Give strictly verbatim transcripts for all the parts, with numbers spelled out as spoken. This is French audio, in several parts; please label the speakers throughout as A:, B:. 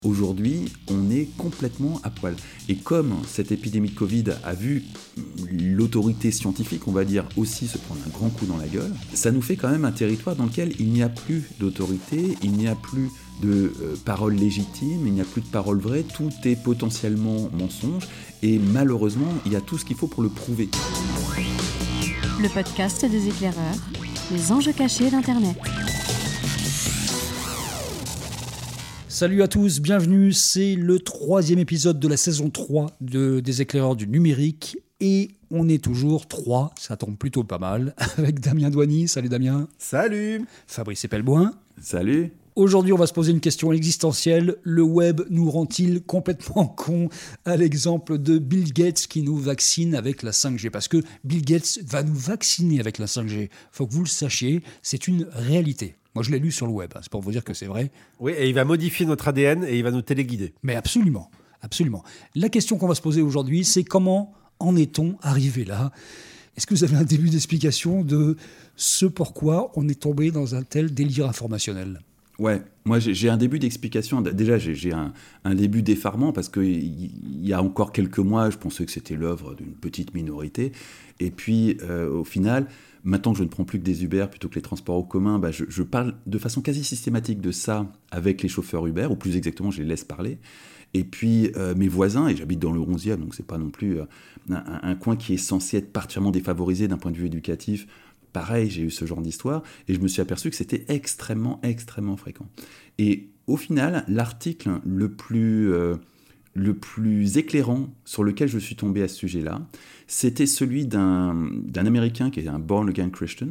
A: Aujourd'hui, on est complètement à poil. Et comme cette épidémie de Covid a vu l'autorité scientifique, on va dire, aussi se prendre un grand coup dans la gueule, ça nous fait quand même un territoire dans lequel il n'y a plus d'autorité, il n'y a plus de euh, paroles légitimes, il n'y a plus de paroles vraies, tout est potentiellement mensonge, et malheureusement, il y a tout ce qu'il faut pour le prouver.
B: Le podcast des éclaireurs, les enjeux cachés d'Internet.
C: Salut à tous, bienvenue, c'est le troisième épisode de la saison trois de, des éclaireurs du numérique et on est toujours trois, ça tombe plutôt pas mal, avec Damien Douany. Salut Damien.
D: Salut.
C: Fabrice Epelboin.
A: Salut.
C: Aujourd'hui, on va se poser une question existentielle. Le web nous rend-il complètement cons, à l'exemple de Bill Gates qui nous vaccine avec la cinq G? Parce que Bill Gates va nous vacciner avec la cinq G. Il faut que vous le sachiez, c'est une réalité. Moi, je l'ai lu sur le web, c'est pour vous dire que c'est vrai.
D: Oui, et il va modifier notre A D N et il va nous téléguider.
C: Mais absolument, absolument. La question qu'on va se poser aujourd'hui, c'est comment en est-on arrivé là? Est-ce que vous avez un début d'explication de ce pourquoi on est tombé dans un tel délire informationnel?
A: Ouais, moi j'ai, j'ai un début d'explication. Déjà, j'ai, j'ai un, un début d'effarement parce qu'il y a encore quelques mois, je pensais que c'était l'œuvre d'une petite minorité. Et puis, euh, au final, maintenant que je ne prends plus que des Uber plutôt que les transports en commun, bah je, je parle de façon quasi systématique de ça avec les chauffeurs Uber, ou plus exactement, je les laisse parler. Et puis, euh, mes voisins, et j'habite dans le onzième, donc c'est pas non plus euh, un, un coin qui est censé être particulièrement défavorisé d'un point de vue éducatif. Pareil, j'ai eu ce genre d'histoire, et je me suis aperçu que c'était extrêmement, extrêmement fréquent. Et au final, l'article le plus, euh, le plus éclairant sur lequel je suis tombé à ce sujet-là, c'était celui d'un, d'un Américain qui est un born-again Christian,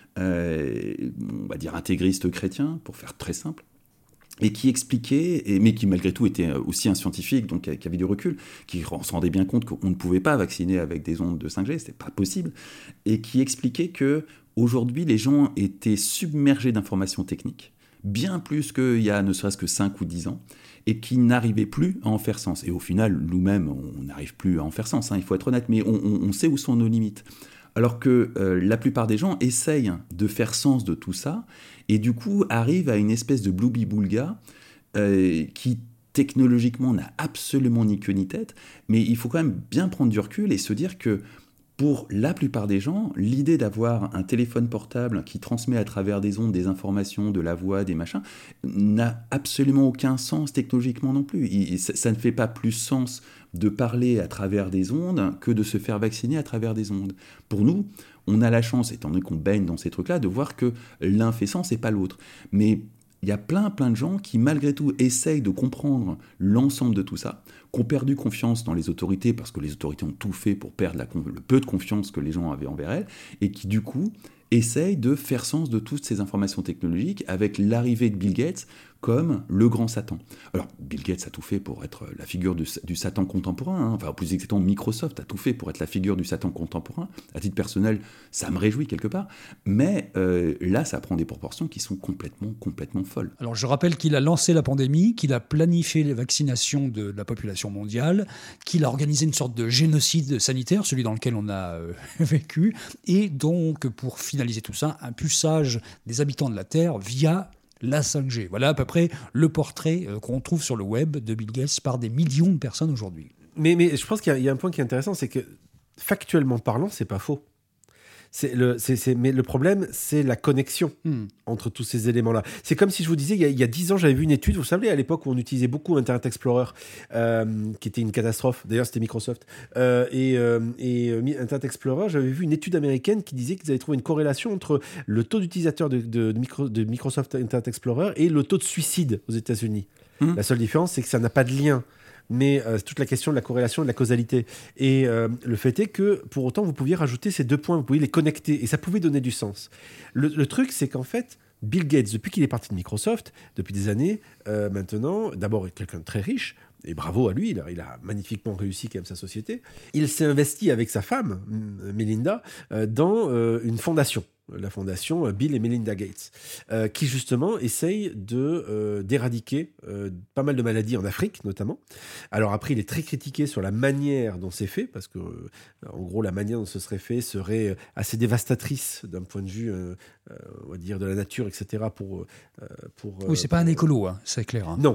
A: euh, on va dire intégriste chrétien, pour faire très simple, et qui expliquait, et, mais qui malgré tout était aussi un scientifique, donc qui avait du recul, qui se rendait bien compte qu'on ne pouvait pas vacciner avec des ondes de cinq G, c'était pas possible, et qui expliquait que aujourd'hui les gens étaient submergés d'informations techniques, bien plus qu'il y a ne serait-ce que cinq ou dix ans, et qui n'arrivaient plus à en faire sens. Et au final, nous-mêmes, on n'arrive plus à en faire sens, hein, il faut être honnête, mais on, on, on sait où sont nos limites. Alors que euh, la plupart des gens essayent de faire sens de tout ça, et du coup arrivent à une espèce de bloubi-boulga euh, qui technologiquement n'a absolument ni queue ni tête, mais il faut quand même bien prendre du recul et se dire que pour la plupart des gens, l'idée d'avoir un téléphone portable qui transmet à travers des ondes des informations, de la voix, des machins, n'a absolument aucun sens technologiquement non plus. Il, ça, ça ne fait pas plus sens de parler à travers des ondes que de se faire vacciner à travers des ondes. Pour nous, on a la chance, étant donné qu'on baigne dans ces trucs-là, de voir que l'un fait sens et pas l'autre. Mais il y a plein, plein de gens qui, malgré tout, essayent de comprendre l'ensemble de tout ça, qui ont perdu confiance dans les autorités, parce que les autorités ont tout fait pour perdre la, le peu de confiance que les gens avaient envers elles, et qui, du coup, essayent de faire sens de toutes ces informations technologiques avec l'arrivée de Bill Gates comme le grand Satan. Alors, Bill Gates a tout fait pour être la figure du, du Satan contemporain, hein. Enfin, plus exactement, Microsoft a tout fait pour être la figure du Satan contemporain. À titre personnel, ça me réjouit quelque part, mais euh, là, ça prend des proportions qui sont complètement, complètement folles.
C: Alors, je rappelle qu'il a lancé la pandémie, qu'il a planifié les vaccinations de la population mondiale, qu'il a organisé une sorte de génocide sanitaire, celui dans lequel on a euh, vécu, et donc, pour finaliser tout ça, un puçage des habitants de la Terre via la cinq G. Voilà à peu près le portrait euh, qu'on trouve sur le web de Bill Gates par des millions de personnes aujourd'hui.
D: Mais, mais je pense qu'il y a, il y a un point qui est intéressant, c'est que factuellement parlant, c'est pas faux. C'est le, c'est, c'est, mais le problème, c'est la connexion hmm. entre tous ces éléments-là. C'est comme si je vous disais, il y a, il y a dix ans, j'avais vu une étude, vous savez, à l'époque où on utilisait beaucoup Internet Explorer, euh, qui était une catastrophe. D'ailleurs, c'était Microsoft. Euh, et, euh, et Internet Explorer, j'avais vu une étude américaine qui disait qu'ils avaient trouvé une corrélation entre le taux d'utilisateurs de, de, de, micro, de Microsoft Internet Explorer et le taux de suicide aux États-Unis. Hmm. La seule différence, c'est que ça n'a pas de lien. Mais euh, c'est toute la question de la corrélation et de la causalité. Et euh, le fait est que, pour autant, vous pouviez rajouter ces deux points, vous pouviez les connecter, et ça pouvait donner du sens. Le, le truc, c'est qu'en fait, Bill Gates, depuis qu'il est parti de Microsoft, depuis des années, euh, maintenant, d'abord, est quelqu'un de très riche, et bravo à lui, il a, il a magnifiquement réussi quand même sa société. Il s'est investi avec sa femme, Melinda, euh, dans euh, une fondation. La fondation Bill et Melinda Gates, euh, qui justement essaye de, euh, d'éradiquer euh, pas mal de maladies en Afrique notamment. Alors après, il est très critiqué sur la manière dont c'est fait, parce que euh, en gros, la manière dont ce serait fait serait assez dévastatrice d'un point de vue, euh, euh, on va dire, de la nature, et cetera. Pour, euh, pour,
C: oui, c'est
D: euh,
C: pas
D: pour,
C: un écolo, hein, c'est clair. Hein.
D: Non.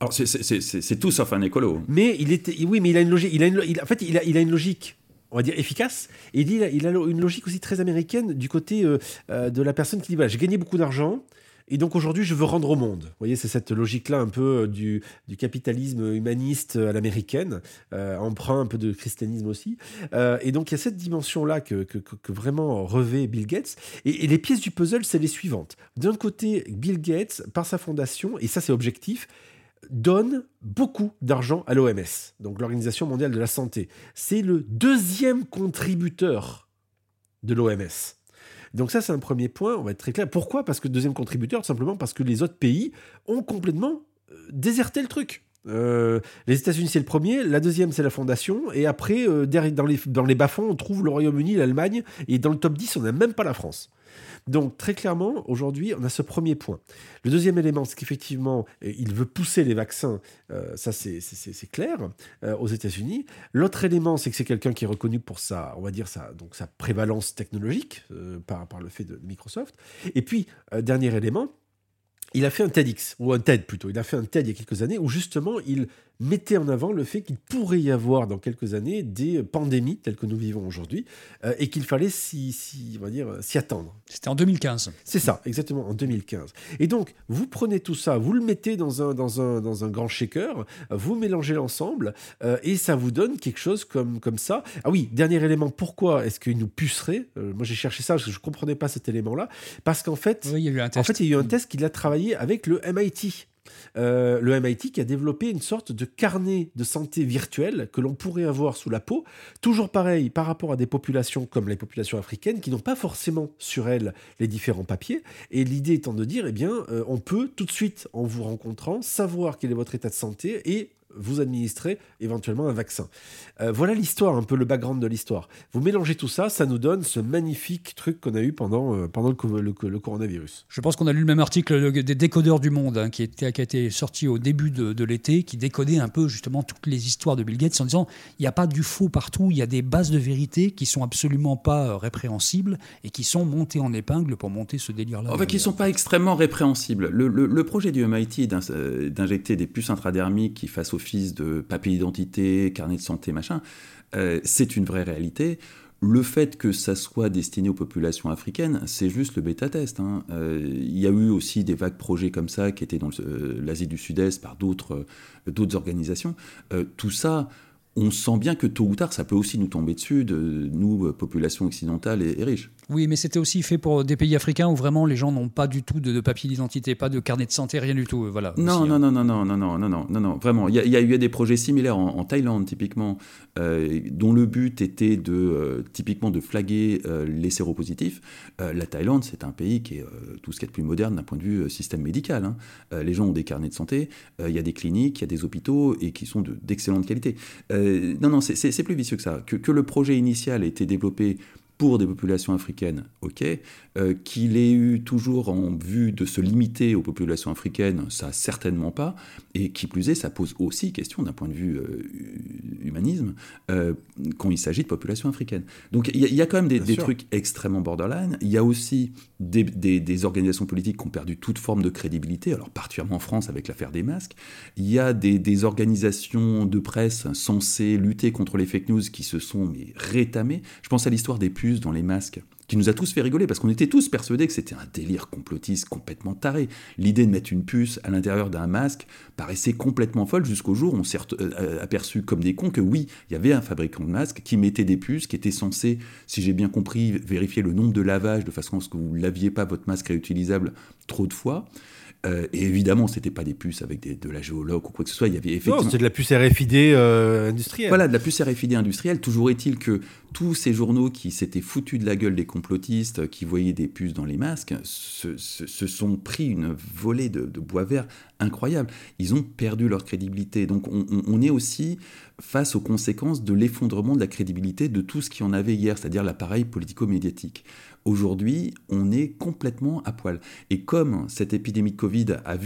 A: Alors, c'est, c'est, c'est, c'est tout sauf un écolo.
D: Mais il était, oui, mais il a une logique. Il a une, il, en fait, il a, il a une logique, on va dire efficace. Et il, dit, il a une logique aussi très américaine du côté euh, euh, de la personne qui dit voilà, j'ai gagné beaucoup d'argent. Et donc aujourd'hui, je veux rendre au monde. Vous voyez, c'est cette logique-là un peu du, du capitalisme humaniste à l'américaine, euh, emprunt un peu de christianisme aussi. Euh, et donc il y a cette dimension-là que, que, que vraiment revêt Bill Gates. Et, et les pièces du puzzle, c'est les suivantes. D'un côté, Bill Gates, par sa fondation, et ça c'est objectif, donne beaucoup d'argent à l'O M S, donc l'Organisation mondiale de la santé. C'est le deuxième contributeur de l'O M S. Donc ça, c'est un premier point, on va être très clair. Pourquoi ? Parce que deuxième contributeur, tout simplement parce que les autres pays ont complètement euh, déserté le truc. Euh, les États-Unis, c'est le premier, la deuxième, c'est la fondation, et après, euh, derrière, dans les, dans les bas-fonds, on trouve le Royaume-Uni, l'Allemagne, et dans le top dix, on n'a même pas la France. Donc, très clairement, aujourd'hui, on a ce premier point. Le deuxième élément, c'est qu'effectivement, il veut pousser les vaccins, euh, ça c'est, c'est, c'est clair, euh, aux États-Unis. L'autre élément, c'est que c'est quelqu'un qui est reconnu pour sa, on va dire, sa, donc, sa prévalence technologique, euh, par, par le fait de Microsoft. Et puis, euh, dernier élément, il a fait un TEDx, ou un TED plutôt, il a fait un TED il y a quelques années, où justement, il mettait en avant le fait qu'il pourrait y avoir dans quelques années des pandémies telles que nous vivons aujourd'hui, euh, et qu'il fallait s'y, s'y, on va dire, s'y attendre.
C: C'était en deux mille quinze.
D: C'est ça, exactement, en deux mille quinze. Et donc, vous prenez tout ça, vous le mettez dans un, dans un, dans un grand shaker, vous mélangez l'ensemble, euh, et ça vous donne quelque chose comme, comme ça. Ah oui, dernier élément, pourquoi est-ce qu'il nous pucerait ? euh, Moi, j'ai cherché ça parce que je ne comprenais pas cet élément-là. Parce qu'en fait,
C: oui, il y a eu un test.
D: En fait, il y a eu un test qu'il a travaillé avec le M I T. Euh, le M I T qui a développé une sorte de carnet de santé virtuel que l'on pourrait avoir sous la peau, toujours pareil par rapport à des populations comme les populations africaines qui n'ont pas forcément sur elles les différents papiers, et l'idée étant de dire, eh bien, euh, on peut tout de suite, en vous rencontrant, savoir quel est votre état de santé et vous administrer éventuellement un vaccin. Euh, voilà l'histoire, un peu le background de l'histoire. Vous mélangez tout ça, ça nous donne ce magnifique truc qu'on a eu pendant, euh, pendant le, le, le coronavirus.
C: Je pense qu'on a lu le même article le, des décodeurs du monde, hein, qui, était, qui a été sorti au début de, de l'été, qui décodait un peu justement toutes les histoires de Bill Gates en disant il n'y a pas du faux partout, il y a des bases de vérité qui sont absolument pas euh, répréhensibles et qui sont montées en épingle pour monter ce délire-là.
A: Enfin, qui ne sont pas extrêmement répréhensibles. Le, le, le projet du M I T d'injecter des puces intradermiques qui fassent office de papier d'identité, carnet de santé, machin, euh, c'est une vraie réalité. Le fait que ça soit destiné aux populations africaines, c'est juste le bêta-test. Hein. Euh, il y a eu aussi des vagues projets comme ça qui étaient dans le, euh, l'Asie du Sud-Est par d'autres, euh, d'autres organisations. Euh, tout ça, on sent bien que tôt ou tard, ça peut aussi nous tomber dessus, de nous, population occidentale et, et riche.
C: Oui, mais c'était aussi fait pour des pays africains où vraiment les gens n'ont pas du tout de, de papier d'identité, pas de carnet de santé, rien du tout. Voilà.
A: Non,
C: aussi,
A: non,
C: hein.
A: non, non, non, non, non, non, non, non, non, vraiment. Il y, y a eu des projets similaires en, en Thaïlande, typiquement, euh, dont le but était de, euh, typiquement, de flaguer euh, les séropositifs. Euh, la Thaïlande, c'est un pays qui est euh, tout ce qu'il y a de plus moderne d'un point de vue euh, système médical. Hein. Euh, les gens ont des carnets de santé, il euh, y a des cliniques, il y a des hôpitaux et qui sont de, d'excellente qualité. Euh, non, non, c'est, c'est, c'est plus vicieux que ça. Que, que le projet initial ait été développé pour des populations africaines, ok. Euh, qu'il ait eu toujours en vue de se limiter aux populations africaines, ça certainement pas. Et qui plus est, ça pose aussi question d'un point de vue euh, humanisme euh, quand il s'agit de populations africaines. Donc il y, y a quand même des, des trucs extrêmement borderline. Il y a aussi des, des, des organisations politiques qui ont perdu toute forme de crédibilité, alors particulièrement en France avec l'affaire des masques. Il y a des, des organisations de presse censées lutter contre les fake news qui se sont mais, rétamées. Je pense à l'histoire des puces dans les masques, qui nous a tous fait rigoler, parce qu'on était tous persuadés que c'était un délire complotiste complètement taré. L'idée de mettre une puce à l'intérieur d'un masque paraissait complètement folle, jusqu'au jour où on s'est aperçu comme des cons que oui, il y avait un fabricant de masques qui mettait des puces, qui était censé, si j'ai bien compris, vérifier le nombre de lavages, de façon à ce que vous ne laviez pas votre masque réutilisable trop de fois. Euh, et évidemment, ce n'était pas des puces avec des, de la géologue ou quoi que ce soit. Il y avait effectivement...
D: Non, c'était de la puce R F I D euh, industrielle.
A: Voilà, de la puce R F I D industrielle. Toujours est-il que tous ces journaux qui s'étaient foutus de la gueule des complotistes, qui voyaient des puces dans les masques, se, se, se sont pris une volée de, de bois vert incroyable. Ils ont perdu leur crédibilité. Donc on, on, on est aussi face aux conséquences de l'effondrement de la crédibilité de tout ce qu'il y en avait hier, c'est-à-dire l'appareil politico-médiatique. Aujourd'hui, on est complètement à poil. Et comme cette épidémie de Covid a vu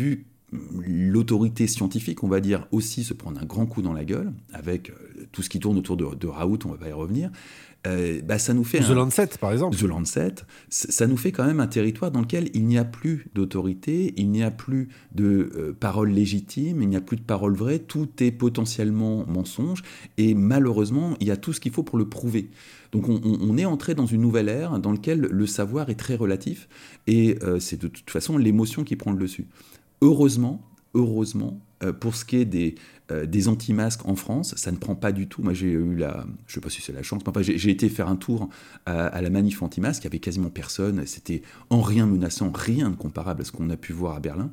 A: l'autorité scientifique, on va dire, aussi se prendre un grand coup dans la gueule, avec euh, tout ce qui tourne autour de, de Raoult, on ne va pas y revenir, euh, bah, ça nous fait...
D: The
A: un,
D: Lancet, par exemple.
A: The Lancet, ça nous fait quand même un territoire dans lequel il n'y a plus d'autorité, il n'y a plus de euh, paroles légitimes, il n'y a plus de paroles vraies, tout est potentiellement mensonge, et malheureusement, il y a tout ce qu'il faut pour le prouver. Donc on, on est entré dans une nouvelle ère dans laquelle le savoir est très relatif, et euh, c'est de toute façon l'émotion qui prend le dessus. Heureusement, heureusement, euh, pour ce qui est des, euh, des anti-masques en France, ça ne prend pas du tout. Moi, j'ai eu la, je ne sais pas si c'est la chance, mais enfin, j'ai, j'ai été faire un tour à, à la manif anti-masque, il n'y avait quasiment personne, c'était en rien menaçant, rien de comparable à ce qu'on a pu voir à Berlin.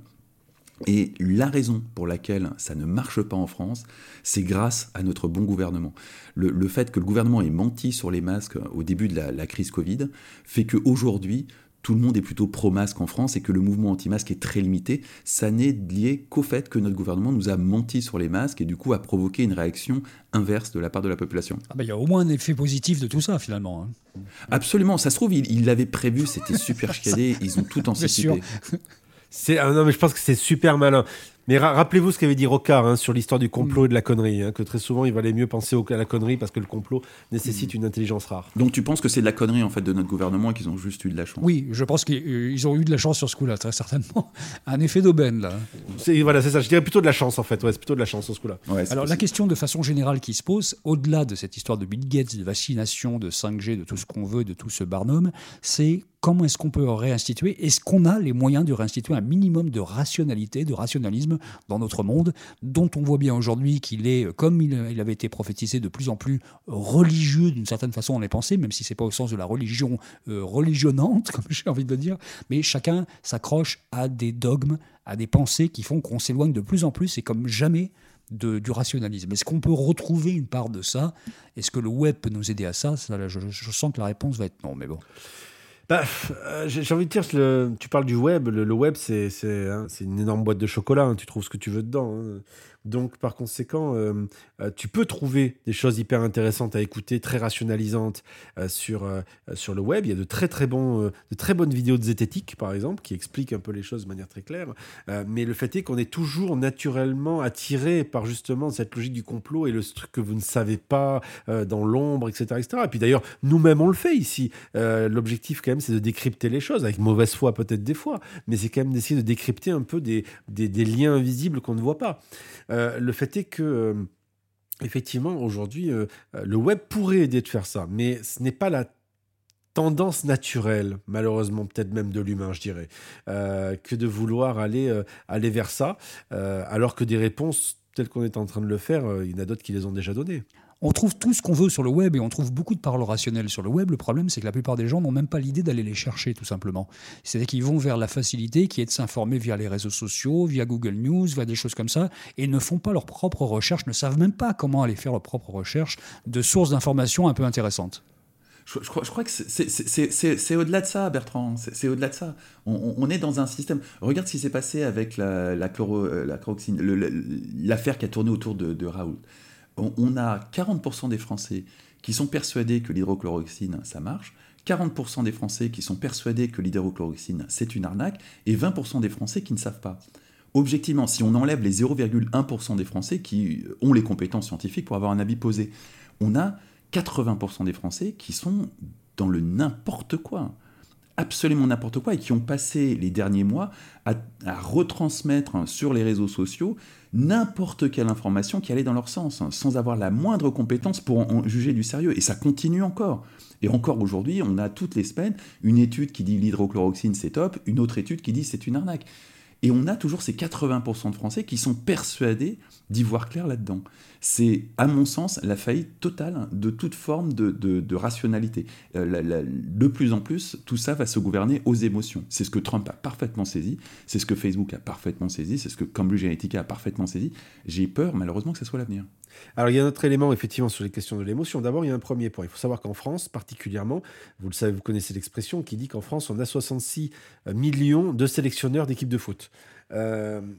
A: Et la raison pour laquelle ça ne marche pas en France, c'est grâce à notre bon gouvernement. Le, le fait que le gouvernement ait menti sur les masques au début de la, la crise Covid fait qu'aujourd'hui, tout le monde est plutôt pro-masque en France et que le mouvement anti-masque est très limité. Ça n'est lié qu'au fait que notre gouvernement nous a menti sur les masques et du coup a provoqué une réaction inverse de la part de la population.
C: Ah bah, y a au moins un effet positif de tout ça finalement. Hein.
A: Absolument, ça se trouve, ils il l'avaient prévu, c'était super chiadé, ils ont tout anticipé.
D: C'est, ah non, mais je pense que c'est super malin. Mais ra- rappelez-vous ce qu'avait dit Rocard hein, sur l'histoire du complot et de la connerie, hein, que très souvent il valait mieux penser au, à la connerie parce que le complot nécessite mmh. une intelligence rare.
A: Donc tu penses que c'est de la connerie en fait de notre gouvernement et qu'ils ont juste eu de la chance?
C: Oui, je pense qu'ils ont eu de la chance sur ce coup-là, très certainement. Un effet d'aubaine là.
D: C'est, voilà, c'est ça. Je dirais plutôt de la chance en fait. Ouais, c'est plutôt de la chance sur ce coup-là.
A: Ouais,
C: Alors
A: possible.
C: La question de façon générale qui se pose, au-delà de cette histoire de Bill Gates, de vaccination, de cinq G, de tout ce qu'on veut, de tout ce barnum, c'est comment est-ce qu'on peut réinstituer, est-ce qu'on a les moyens de réinstituer un minimum de rationalité, de rationalisme dans notre monde, dont on voit bien aujourd'hui qu'il est, comme il, il avait été prophétisé, de plus en plus religieux d'une certaine façon, on est pensé, même si ce n'est pas au sens de la religion euh, religionnante, comme j'ai envie de dire, mais chacun s'accroche à des dogmes, à des pensées qui font qu'on s'éloigne de plus en plus et comme jamais De, du rationalisme. Est-ce qu'on peut retrouver une part de ça? Est-ce que le web peut nous aider à ça, ça là, je, je sens que la réponse va être non, mais bon.
D: Bah, euh, j'ai, j'ai envie de dire, le, tu parles du web, le, le web c'est, c'est, hein, c'est une énorme boîte de chocolat, hein, tu trouves ce que tu veux dedans. Hein. Donc par conséquent, euh, euh, tu peux trouver des choses hyper intéressantes à écouter, très rationalisantes euh, sur, euh, sur le web. Il y a de très, très, bons, euh, de très bonnes vidéos de zététique, par exemple, qui expliquent un peu les choses de manière très claire. Euh, mais le fait est qu'on est toujours naturellement attiré par justement cette logique du complot et le truc que vous ne savez pas euh, dans l'ombre, et cetera, et cetera. Et puis d'ailleurs, nous-mêmes, on le fait ici. Euh, l'objectif, quand même, c'est de décrypter les choses, avec mauvaise foi peut-être des fois, mais c'est quand même d'essayer de décrypter un peu des, des, des liens invisibles qu'on ne voit pas. Euh, le fait est que, euh, effectivement, aujourd'hui, euh, le web pourrait aider de faire ça, mais ce n'est pas la tendance naturelle, malheureusement, peut-être même de l'humain, je dirais, euh, que de vouloir aller, euh, aller vers ça, euh, alors que des réponses telles qu'on est en train de le faire, euh, il y en a d'autres qui les ont déjà données.
C: On trouve tout ce qu'on veut sur le web et on trouve beaucoup de paroles rationnelles sur le web. Le problème, c'est que la plupart des gens n'ont même pas l'idée d'aller les chercher, tout simplement. C'est-à-dire qu'ils vont vers la facilité qui est de s'informer via les réseaux sociaux, via Google News, via des choses comme ça, et ne font pas leur propre recherche, ne savent même pas comment aller faire leur propre recherche de sources d'informations un peu intéressantes.
A: Je, je, crois, je crois que c'est, c'est, c'est, c'est, c'est au-delà de ça, Bertrand. C'est, c'est au-delà de ça. On, on est dans un système. Regarde ce qui s'est passé avec la, la, chloro, la chloroxine, le, le, l'affaire qui a tourné autour de, de Raoult. On, on a quarante pour cent des Français qui sont persuadés que l'hydrochloroxine, ça marche, quarante pour cent des Français qui sont persuadés que l'hydrochloroxine, c'est une arnaque, et vingt pour cent des Français qui ne savent pas. Objectivement, si on enlève les zéro virgule un pour cent des Français qui ont les compétences scientifiques pour avoir un avis posé, on a quatre-vingts pour cent des Français qui sont dans le n'importe quoi, absolument n'importe quoi, et qui ont passé les derniers mois à, à retransmettre sur les réseaux sociaux n'importe quelle information qui allait dans leur sens, sans avoir la moindre compétence pour en, en juger du sérieux. Et ça continue encore. Et encore aujourd'hui, on a toutes les semaines une étude qui dit l'hydrochloroxine c'est top, une autre étude qui dit c'est une arnaque. Et on a toujours ces quatre-vingts pour cent de Français qui sont persuadés d'y voir clair là-dedans. C'est, à mon sens, la faillite totale de toute forme de, de, de rationalité. Euh, la, la, de plus en plus, tout ça va se gouverner aux émotions. C'est ce que Trump a parfaitement saisi, c'est ce que Facebook a parfaitement saisi, c'est ce que Cambridge Analytica a parfaitement saisi. J'ai peur, malheureusement, que ce soit l'avenir.
D: Alors, il y a un autre élément, effectivement, sur les questions de l'émotion. D'abord, il y a un premier point. Il faut savoir qu'en France, particulièrement, vous le savez, vous connaissez l'expression qui dit qu'en France, on a soixante-six millions de sélectionneurs d'équipes de foot. Euh,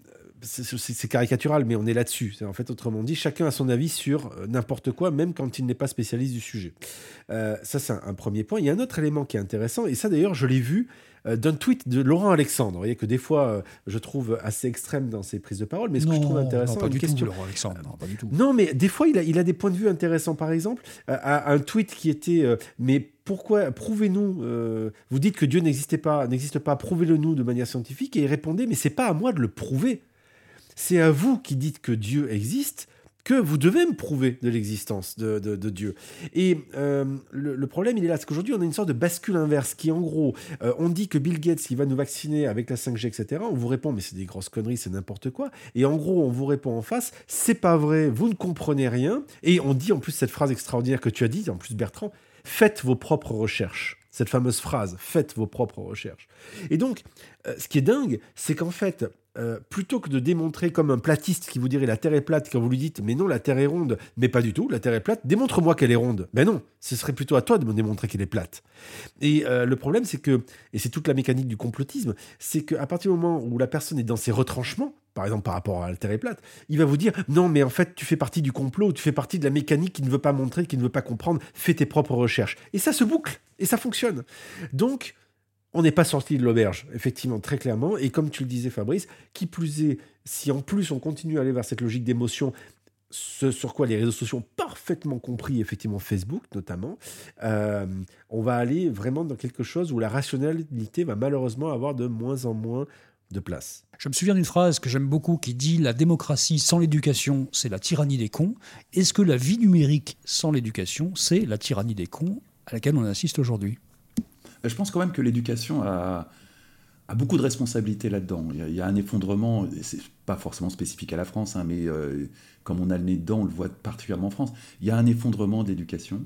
D: c'est, c'est, c'est caricatural, mais on est là-dessus. C'est, en fait, autrement dit, chacun a son avis sur euh, n'importe quoi, même quand il n'est pas spécialiste du sujet. Euh, ça, c'est un, un premier point. Il y a un autre élément qui est intéressant, et ça, d'ailleurs, je l'ai vu euh, d'un tweet de Laurent Alexandre. Vous voyez que des fois, euh, je trouve assez extrême dans ses prises de parole, mais ce
C: non,
D: que je trouve intéressant...
C: Non, pas
D: une
C: du
D: question...
C: tout, Laurent Alexandre. Non, pas du tout.
D: Non, mais des fois, il a, il a des points de vue intéressants. Par exemple, euh, un tweet qui était... Euh, mais pourquoi, prouvez-nous, euh, vous dites que Dieu n'existait pas, n'existe pas, prouvez-le nous de manière scientifique, et il répondait, mais c'est pas à moi de le prouver. C'est à vous qui dites que Dieu existe, que vous devez me prouver de l'existence de, de, de Dieu. Et euh, le, le problème, il est là, c'est qu'aujourd'hui, on a une sorte de bascule inverse qui, en gros, euh, on dit que Bill Gates, il va nous vacciner avec la cinq G, et cetera. On vous répond, mais c'est des grosses conneries, c'est n'importe quoi. Et en gros, on vous répond en face, c'est pas vrai, vous ne comprenez rien. Et on dit en plus cette phrase extraordinaire que tu as dit, en plus Bertrand, faites vos propres recherches. Cette fameuse phrase, faites vos propres recherches. Et donc, euh, ce qui est dingue, c'est qu'en fait, euh, plutôt que de démontrer comme un platiste qui vous dirait la Terre est plate, quand vous lui dites, mais non, la Terre est ronde, mais pas du tout, la Terre est plate, démontre-moi qu'elle est ronde. Ben non, ce serait plutôt à toi de me démontrer qu'elle est plate. Et euh, le problème, c'est que, et c'est toute la mécanique du complotisme, c'est qu'à partir du moment où la personne est dans ses retranchements, par exemple par rapport à la Terre est plate, il va vous dire « Non, mais en fait, tu fais partie du complot, tu fais partie de la mécanique qui ne veut pas montrer, qui ne veut pas comprendre, fais tes propres recherches. » Et ça se boucle, et ça fonctionne. Donc, on n'est pas sorti de l'auberge, effectivement, très clairement. Et comme tu le disais, Fabrice, qui plus est, si en plus on continue à aller vers cette logique d'émotion, ce sur quoi les réseaux sociaux ont parfaitement compris, effectivement Facebook notamment, euh, on va aller vraiment dans quelque chose où la rationalité va malheureusement avoir de moins en moins de place.
C: Je me souviens d'une phrase que j'aime beaucoup qui dit « La démocratie sans l'éducation, c'est la tyrannie des cons. Est-ce que la vie numérique sans l'éducation, c'est la tyrannie des cons à laquelle on assiste aujourd'hui ?»
A: Je pense quand même que l'éducation a, a beaucoup de responsabilités là-dedans. Il y a, il y a un effondrement, c'est pas forcément spécifique à la France, hein, mais euh, comme on a le nez dedans, on le voit particulièrement en France. Il y a un effondrement de l'éducation.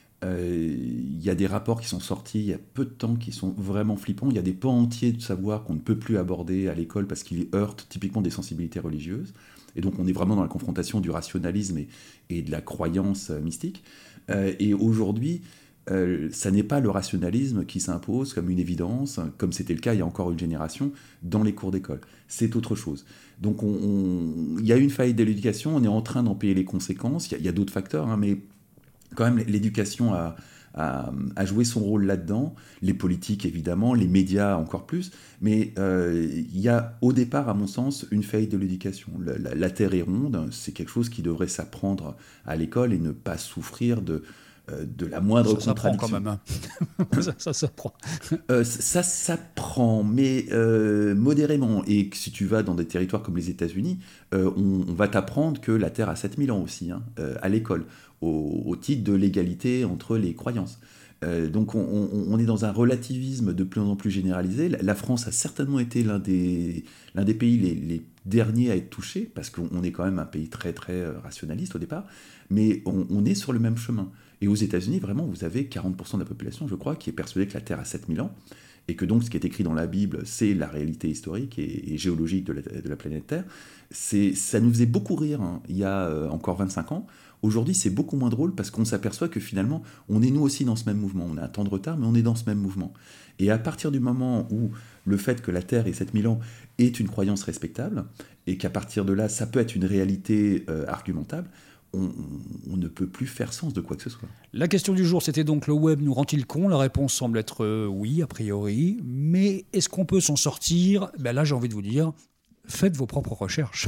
A: Euh, il y a des rapports qui sont sortis il y a peu de temps qui sont vraiment flippants. Il y a des pans entiers de savoir qu'on ne peut plus aborder à l'école parce qu'ils heurtent typiquement des sensibilités religieuses. Et donc on est vraiment dans la confrontation du rationalisme et, et de la croyance mystique. Euh, et aujourd'hui, euh, ça n'est pas le rationalisme qui s'impose comme une évidence, comme c'était le cas il y a encore une génération, dans les cours d'école. C'est autre chose. Donc on, on, il y a une faillite de l'éducation, on est en train d'en payer les conséquences. Il y a, il y a d'autres facteurs, hein, mais quand même, l'éducation a, a, a joué son rôle là-dedans, les politiques évidemment, les médias encore plus, mais euh, il y a au départ, à mon sens, une faillite de l'éducation. La, la, la Terre est ronde, c'est quelque chose qui devrait s'apprendre à l'école et ne pas souffrir de, euh, de la moindre
C: ça
A: contradiction.
C: Ça s'apprend quand même, hein. ça, ça s'apprend.
A: euh, ça s'apprend, mais euh, modérément. Et si tu vas dans des territoires comme les États-Unis, euh, on, on va t'apprendre que la Terre a sept mille ans aussi, hein, euh, à l'école. Au, au titre de l'égalité entre les croyances. Euh, donc on, on, on est dans un relativisme de plus en plus généralisé. La, la France a certainement été l'un des, l'un des pays les, les derniers à être touchés, parce qu'on est quand même un pays très très rationaliste au départ, mais on, on est sur le même chemin. Et aux États-Unis, vraiment, vous avez quarante pour cent de la population, je crois, qui est persuadée que la Terre a sept mille ans, et que donc ce qui est écrit dans la Bible, c'est la réalité historique et, et géologique de la, de la planète Terre. C'est, ça nous faisait beaucoup rire, hein, il y a euh, encore vingt-cinq ans. Aujourd'hui, c'est beaucoup moins drôle parce qu'on s'aperçoit que finalement, on est nous aussi dans ce même mouvement. On a un temps de retard, mais on est dans ce même mouvement. Et à partir du moment où le fait que la Terre ait sept mille ans est une croyance respectable, et qu'à partir de là, ça peut être une réalité euh, argumentable, on, on ne peut plus faire sens de quoi que ce soit.
C: La question du jour, c'était donc le web nous rend-il con ? La réponse semble être euh, oui, a priori. Mais est-ce qu'on peut s'en sortir ? Ben là, j'ai envie de vous dire... Faites vos propres recherches.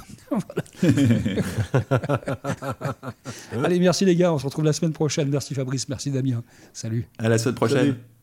C: Allez, merci les gars, on se retrouve la semaine prochaine. Merci Fabrice, merci Damien. Salut.
A: À la semaine prochaine.
D: Salut.